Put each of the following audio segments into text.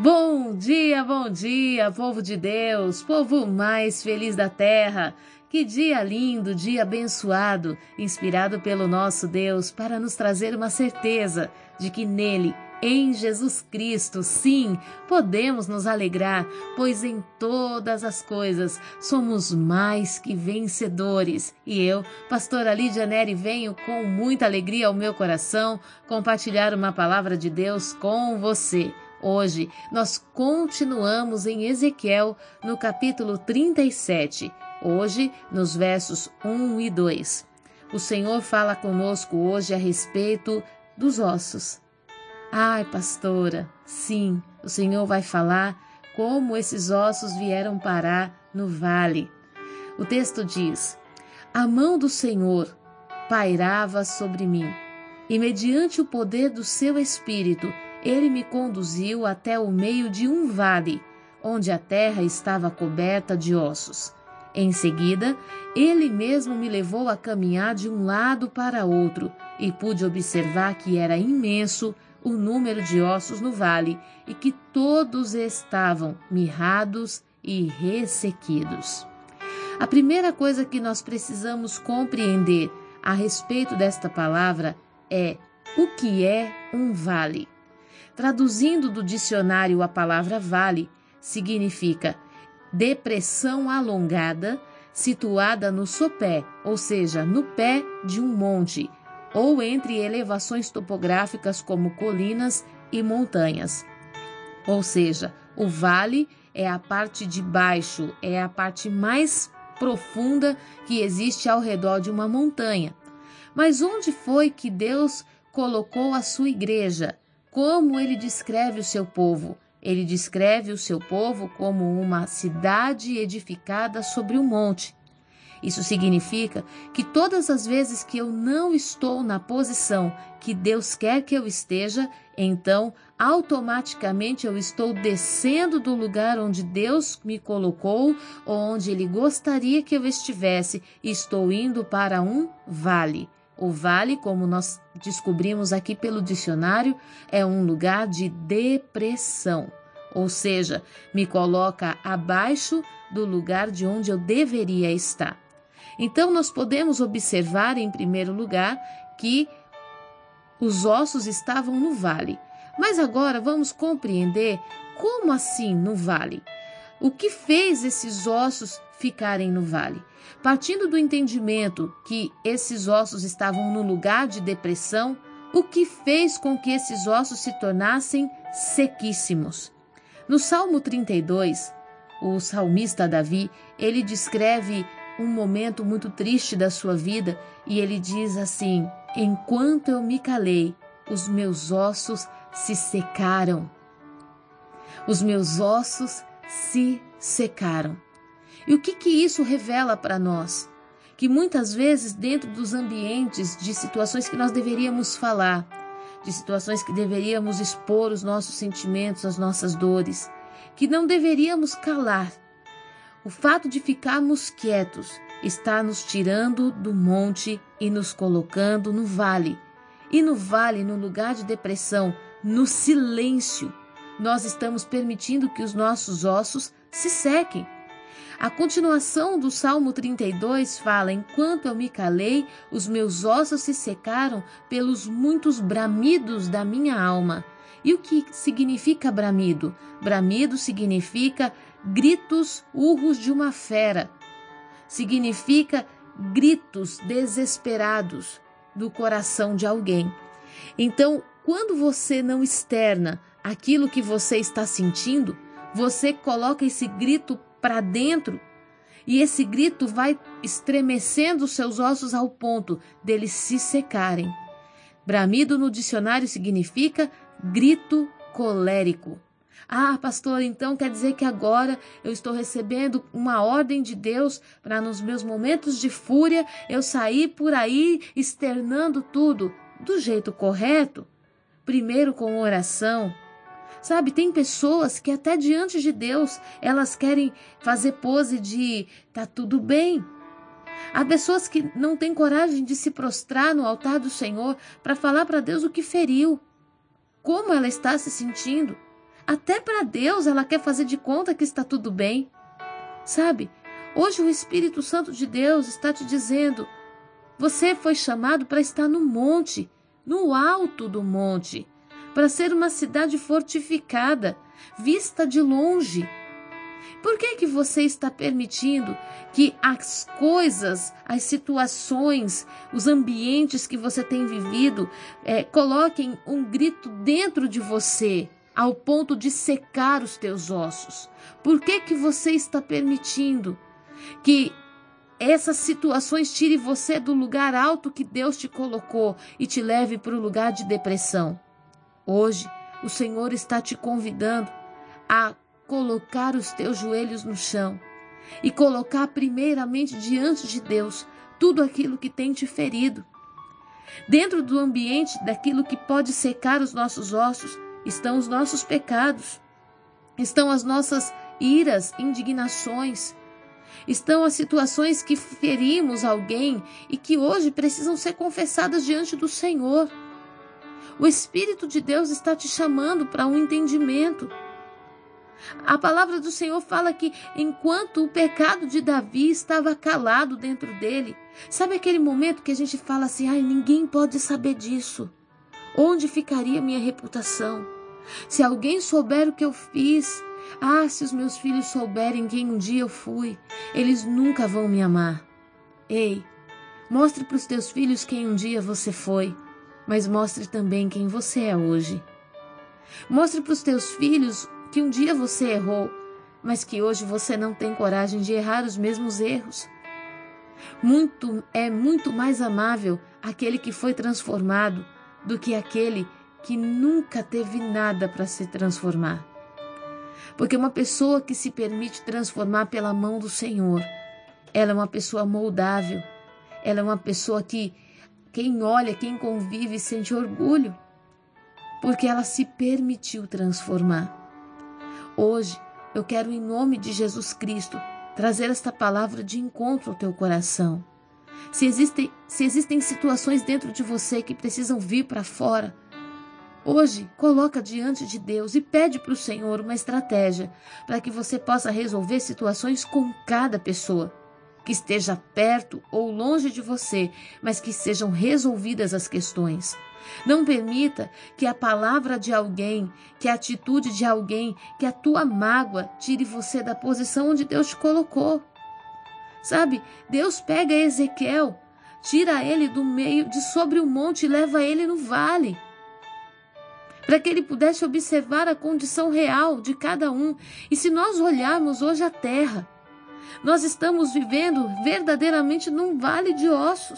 Bom dia, povo de Deus, povo mais feliz da terra. Que dia lindo, dia abençoado, inspirado pelo nosso Deus para nos trazer uma certeza de que nele, em Jesus Cristo, sim, podemos nos alegrar, pois em todas as coisas somos mais que vencedores. E eu, pastora Lídia Neri, venho com muita alegria ao meu coração compartilhar uma palavra de Deus com você. Hoje nós continuamos em Ezequiel, no capítulo 37, hoje nos versos 1 e 2. O Senhor fala conosco hoje a respeito dos ossos. Ai, pastora, sim, o Senhor vai falar como esses ossos vieram parar no vale. O texto diz: a mão do Senhor pairava sobre mim, e mediante o poder do seu Espírito, ele me conduziu até o meio de um vale, onde a terra estava coberta de ossos. Em seguida, ele mesmo me levou a caminhar de um lado para outro, e pude observar que era imenso o número de ossos no vale, e que todos estavam mirrados e ressequidos. A primeira coisa que nós precisamos compreender a respeito desta palavra é o que é um vale. Traduzindo do dicionário a palavra vale, significa depressão alongada, situada no sopé, ou seja, no pé de um monte, ou entre elevações topográficas como colinas e montanhas. Ou seja, o vale é a parte de baixo, é a parte mais profunda que existe ao redor de uma montanha. Mas onde foi que Deus colocou a sua igreja? Como ele descreve o seu povo? Ele descreve o seu povo como uma cidade edificada sobre um monte. Isso significa que todas as vezes que eu não estou na posição que Deus quer que eu esteja, então automaticamente eu estou descendo do lugar onde Deus me colocou, ou onde Ele gostaria que eu estivesse, e estou indo para um vale. O vale, como nós descobrimos aqui pelo dicionário, é um lugar de depressão, ou seja, me coloca abaixo do lugar de onde eu deveria estar. Então, nós podemos observar, em primeiro lugar, que os ossos estavam no vale. Mas agora vamos compreender como assim no vale. O que fez esses ossos ficarem no vale? Partindo do entendimento que esses ossos estavam no lugar de depressão, o que fez com que esses ossos se tornassem sequíssimos? No Salmo 32, o salmista Davi, ele descreve um momento muito triste da sua vida e ele diz assim: enquanto eu me calei, os meus ossos se secaram. Os meus ossos se secaram. E o que isso revela para nós? Que muitas vezes dentro dos ambientes de situações que nós deveríamos falar, de situações que deveríamos expor os nossos sentimentos, as nossas dores, que não deveríamos calar. O fato de ficarmos quietos está nos tirando do monte e nos colocando no vale. E no vale, no lugar de depressão, no silêncio, nós estamos permitindo que os nossos ossos se sequem. A continuação do Salmo 32 fala: enquanto eu me calei, os meus ossos se secaram pelos muitos bramidos da minha alma. E o que significa bramido? Bramido significa gritos, urros de uma fera. Significa gritos desesperados do coração de alguém. Então, quando você não externa aquilo que você está sentindo, você coloca esse grito para dentro e esse grito vai estremecendo os seus ossos ao ponto deles se secarem. Bramido no dicionário significa grito colérico. Ah, pastor, então quer dizer que agora eu estou recebendo uma ordem de Deus para nos meus momentos de fúria eu sair por aí externando tudo do jeito correto? Primeiro com oração. Sabe, tem pessoas que até diante de Deus, elas querem fazer pose de tá tudo bem. Há pessoas que não têm coragem de se prostrar no altar do Senhor para falar para Deus o que feriu, como ela está se sentindo. Até para Deus ela quer fazer de conta que está tudo bem. Sabe? Hoje o Espírito Santo de Deus está te dizendo: você foi chamado para estar no monte, no alto do monte, para ser uma cidade fortificada, vista de longe. Por que você está permitindo que as coisas, as situações, os ambientes que você tem vivido coloquem um grito dentro de você, ao ponto de secar os teus ossos? Por que você está permitindo que essas situações tirem você do lugar alto que Deus te colocou e te leve para o lugar de depressão? Hoje, o Senhor está te convidando a colocar os teus joelhos no chão e colocar primeiramente diante de Deus tudo aquilo que tem te ferido. Dentro do ambiente daquilo que pode secar os nossos ossos estão os nossos pecados, estão as nossas iras, indignações, estão as situações que ferimos alguém e que hoje precisam ser confessadas diante do Senhor. O Espírito de Deus está te chamando para um entendimento. A palavra do Senhor fala que enquanto o pecado de Davi estava calado dentro dele, sabe aquele momento que a gente fala assim: ai, ninguém pode saber disso. Onde ficaria minha reputação? Se alguém souber o que eu fiz, se os meus filhos souberem quem um dia eu fui, eles nunca vão me amar. Ei, mostre para os teus filhos quem um dia você foi, mas mostre também quem você é hoje. Mostre para os teus filhos que um dia você errou, mas que hoje você não tem coragem de errar os mesmos erros. É muito mais amável aquele que foi transformado do que aquele que nunca teve nada para se transformar. Porque uma pessoa que se permite transformar pela mão do Senhor, ela é uma pessoa moldável, ela é uma pessoa que quem olha, quem convive, sente orgulho, porque ela se permitiu transformar. Hoje, eu quero, em nome de Jesus Cristo, trazer esta palavra de encontro ao teu coração. Se existem situações dentro de você que precisam vir para fora, hoje, coloca diante de Deus e pede para o Senhor uma estratégia para que você possa resolver situações com cada pessoa, que esteja perto ou longe de você, mas que sejam resolvidas as questões. Não permita que a palavra de alguém, que a atitude de alguém, que a tua mágoa tire você da posição onde Deus te colocou. Sabe, Deus pega Ezequiel, tira ele do meio de sobre o monte e leva ele no vale, para que ele pudesse observar a condição real de cada um. E se nós olharmos hoje a terra, nós estamos vivendo verdadeiramente num vale de ossos.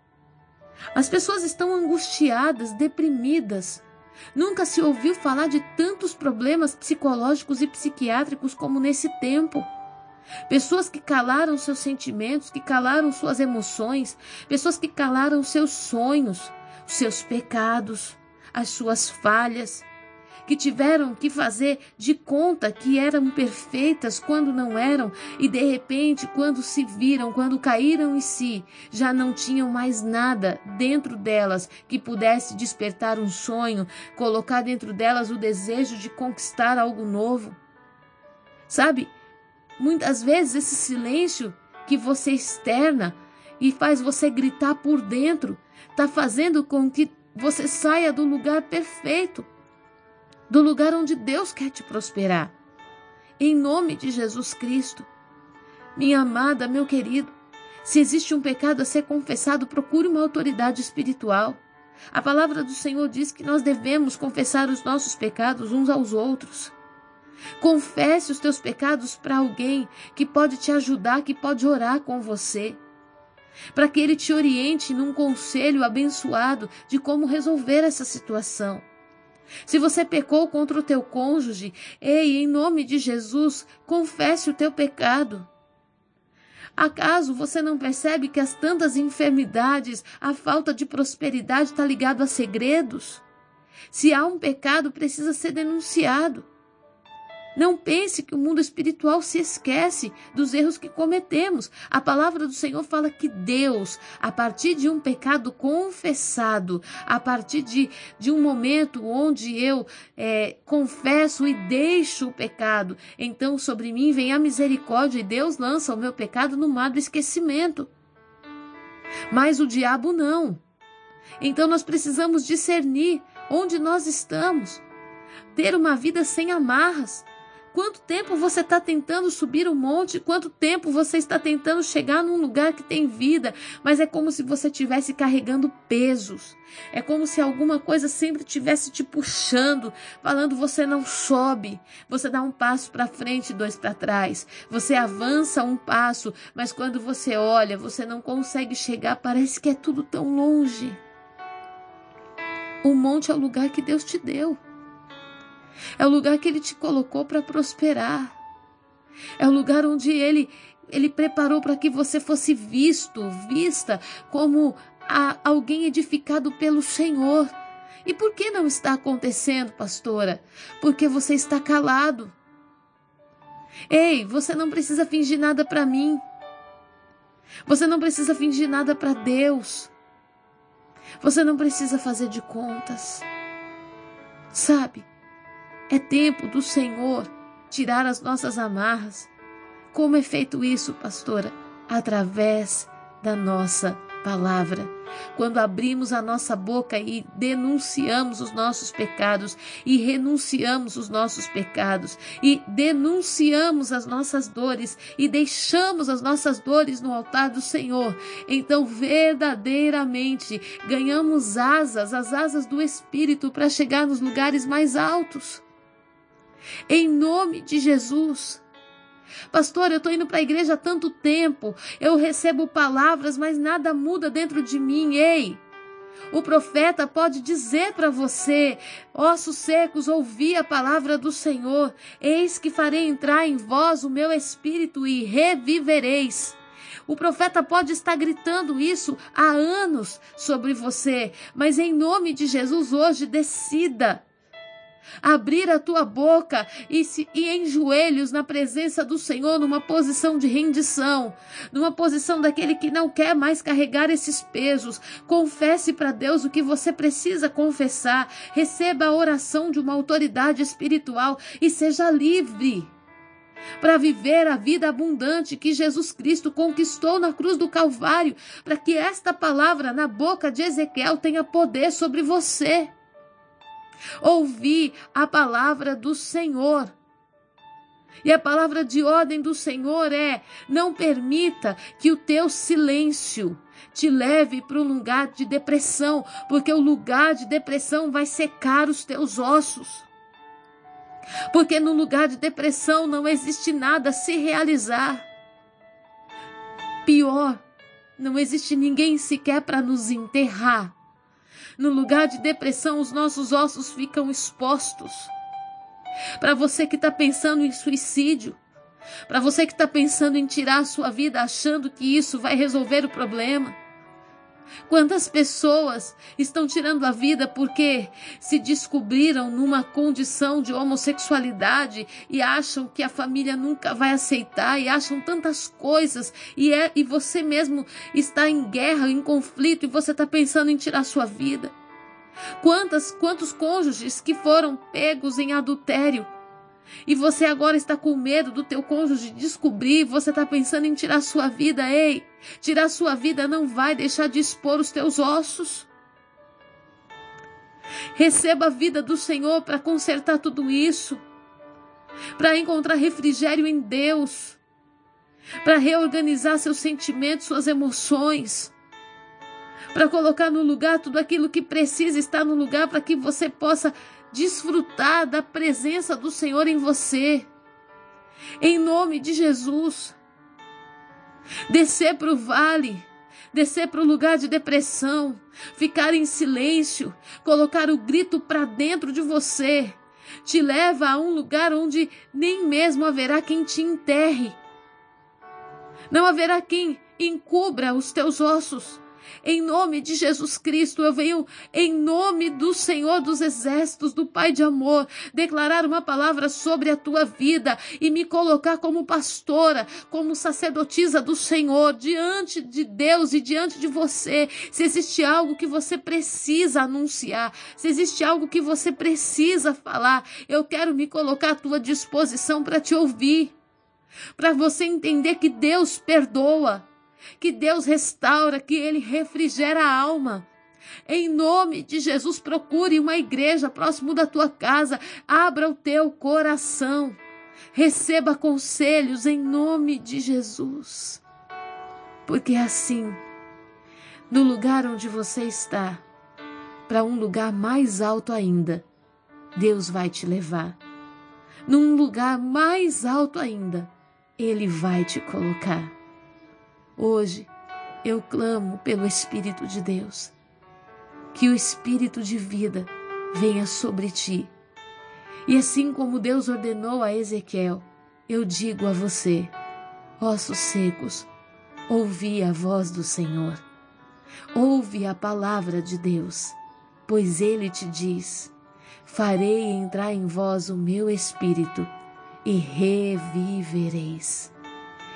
As pessoas estão angustiadas, deprimidas. Nunca se ouviu falar de tantos problemas psicológicos e psiquiátricos como nesse tempo. Pessoas que calaram seus sentimentos, que calaram suas emoções, pessoas que calaram seus sonhos, os seus pecados, as suas falhas, que tiveram que fazer de conta que eram perfeitas quando não eram, e de repente, quando se viram, quando caíram em si, já não tinham mais nada dentro delas que pudesse despertar um sonho, colocar dentro delas o desejo de conquistar algo novo. Sabe, muitas vezes esse silêncio que você externa e faz você gritar por dentro, está fazendo com que você saia do lugar perfeito, do lugar onde Deus quer te prosperar. Em nome de Jesus Cristo. Minha amada, meu querido, se existe um pecado a ser confessado, procure uma autoridade espiritual. A palavra do Senhor diz que nós devemos confessar os nossos pecados uns aos outros. Confesse os teus pecados para alguém que pode te ajudar, que pode orar com você, para que ele te oriente num conselho abençoado de como resolver essa situação. Se você pecou contra o teu cônjuge, em nome de Jesus, confesse o teu pecado. Acaso você não percebe que as tantas enfermidades, a falta de prosperidade está ligado a segredos? Se há um pecado, precisa ser denunciado. Não pense que o mundo espiritual se esquece dos erros que cometemos. A palavra do Senhor fala que Deus, a partir de um pecado confessado, a partir de um momento onde eu confesso e deixo o pecado, então sobre mim vem a misericórdia e Deus lança o meu pecado no mar do esquecimento. Mas o diabo não. Então nós precisamos discernir onde nós estamos, ter uma vida sem amarras. Quanto tempo você está tentando subir um monte? Quanto tempo você está tentando chegar num lugar que tem vida? Mas é como se você estivesse carregando pesos. É como se alguma coisa sempre estivesse te puxando, falando você não sobe. Você dá um passo para frente, 2 para trás. Você avança um passo, mas quando você olha, você não consegue chegar. Parece que é tudo tão longe. O monte é o lugar que Deus te deu. É o lugar que Ele te colocou para prosperar. É o lugar onde Ele preparou para que você fosse vista como alguém edificado pelo Senhor. E por que não está acontecendo, pastora? Porque você está calado. Ei, você não precisa fingir nada para mim. Você não precisa fingir nada para Deus. Você não precisa fazer de contas. Sabe? É tempo do Senhor tirar as nossas amarras. Como é feito isso, pastora? Através da nossa palavra. Quando abrimos a nossa boca e denunciamos os nossos pecados e renunciamos os nossos pecados e denunciamos as nossas dores e deixamos as nossas dores no altar do Senhor, então verdadeiramente ganhamos asas, as asas do Espírito para chegar nos lugares mais altos. Em nome de Jesus. Pastor, eu estou indo para a igreja há tanto tempo, eu recebo palavras, mas nada muda dentro de mim. Ei, o profeta pode dizer para você: ossos secos, ouvi a palavra do Senhor, eis que farei entrar em vós o meu espírito e revivereis. O profeta pode estar gritando isso há anos sobre você, mas em nome de Jesus hoje decida abrir a tua boca e em joelhos na presença do Senhor, numa posição de rendição, numa posição daquele que não quer mais carregar esses pesos. Confesse para Deus o que você precisa confessar, receba a oração de uma autoridade espiritual e seja livre para viver a vida abundante que Jesus Cristo conquistou na cruz do Calvário, para que esta palavra na boca de Ezequiel tenha poder sobre você. Ouvir a palavra do Senhor. E a palavra de ordem do Senhor é: não permita que o teu silêncio te leve para um lugar de depressão, porque o lugar de depressão vai secar os teus ossos. Porque no lugar de depressão não existe nada a se realizar. Pior, não existe ninguém sequer para nos enterrar. No lugar de depressão, os nossos ossos ficam expostos. Para você que está pensando em suicídio, para você que está pensando em tirar a sua vida achando que isso vai resolver o problema. Quantas pessoas estão tirando a vida porque se descobriram numa condição de homossexualidade e acham que a família nunca vai aceitar e acham tantas coisas e você mesmo está em guerra, em conflito e você está pensando em tirar a sua vida. Quantos cônjuges que foram pegos em adultério e você agora está com medo do teu cônjuge descobrir, você está pensando em tirar sua vida. Ei, tirar sua vida não vai deixar de expor os teus ossos. Receba a vida do Senhor para consertar tudo isso, para encontrar refrigério em Deus, para reorganizar seus sentimentos, suas emoções, para colocar no lugar tudo aquilo que precisa estar no lugar para que você possa desfrutar da presença do Senhor em você. Em nome de Jesus. Descer para o vale, descer para o lugar de depressão, ficar em silêncio, colocar o grito para dentro de você, te leva a um lugar onde nem mesmo haverá quem te enterre. Não haverá quem encubra os teus ossos. Em nome de Jesus Cristo, eu venho em nome do Senhor dos Exércitos, do Pai de amor, declarar uma palavra sobre a tua vida e me colocar como pastora, como sacerdotisa do Senhor, diante de Deus e diante de você. Se existe algo que você precisa anunciar, se existe algo que você precisa falar, eu quero me colocar à tua disposição para te ouvir, para você entender que Deus perdoa, que Deus restaura, que Ele refrigera a alma. Em nome de Jesus, procure uma igreja próximo da tua casa, abra o teu coração, receba conselhos em nome de Jesus. Porque assim, no lugar onde você está, para um lugar mais alto ainda, Deus vai te levar. Num lugar mais alto ainda, Ele vai te colocar. Hoje, eu clamo pelo Espírito de Deus, que o Espírito de vida venha sobre ti. E assim como Deus ordenou a Ezequiel, eu digo a você, ossos secos, ouvi a voz do Senhor. Ouve a palavra de Deus, pois Ele te diz, farei entrar em vós o meu Espírito e revivereis.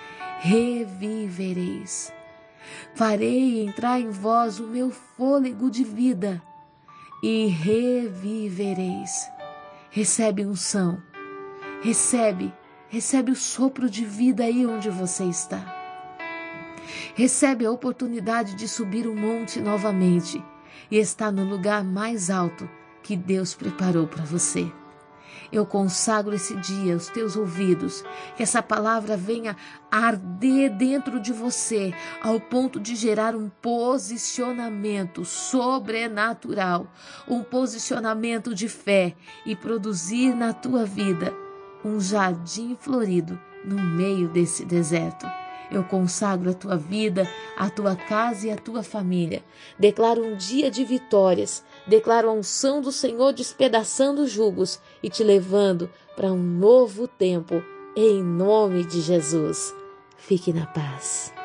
Revivereis. Farei entrar em vós o meu fôlego de vida e revivereis. Recebe unção, recebe o sopro de vida aí onde você está. Recebe a oportunidade de subir o monte novamente e estar no lugar mais alto que Deus preparou para você. Eu consagro esse dia aos teus ouvidos, que essa palavra venha arder dentro de você, ao ponto de gerar um posicionamento sobrenatural, um posicionamento de fé e produzir na tua vida um jardim florido no meio desse deserto. Eu consagro a tua vida, a tua casa e a tua família. Declaro um dia de vitórias. Declaro a unção do Senhor despedaçando os jugos e te levando para um novo tempo, em nome de Jesus. Fique na paz.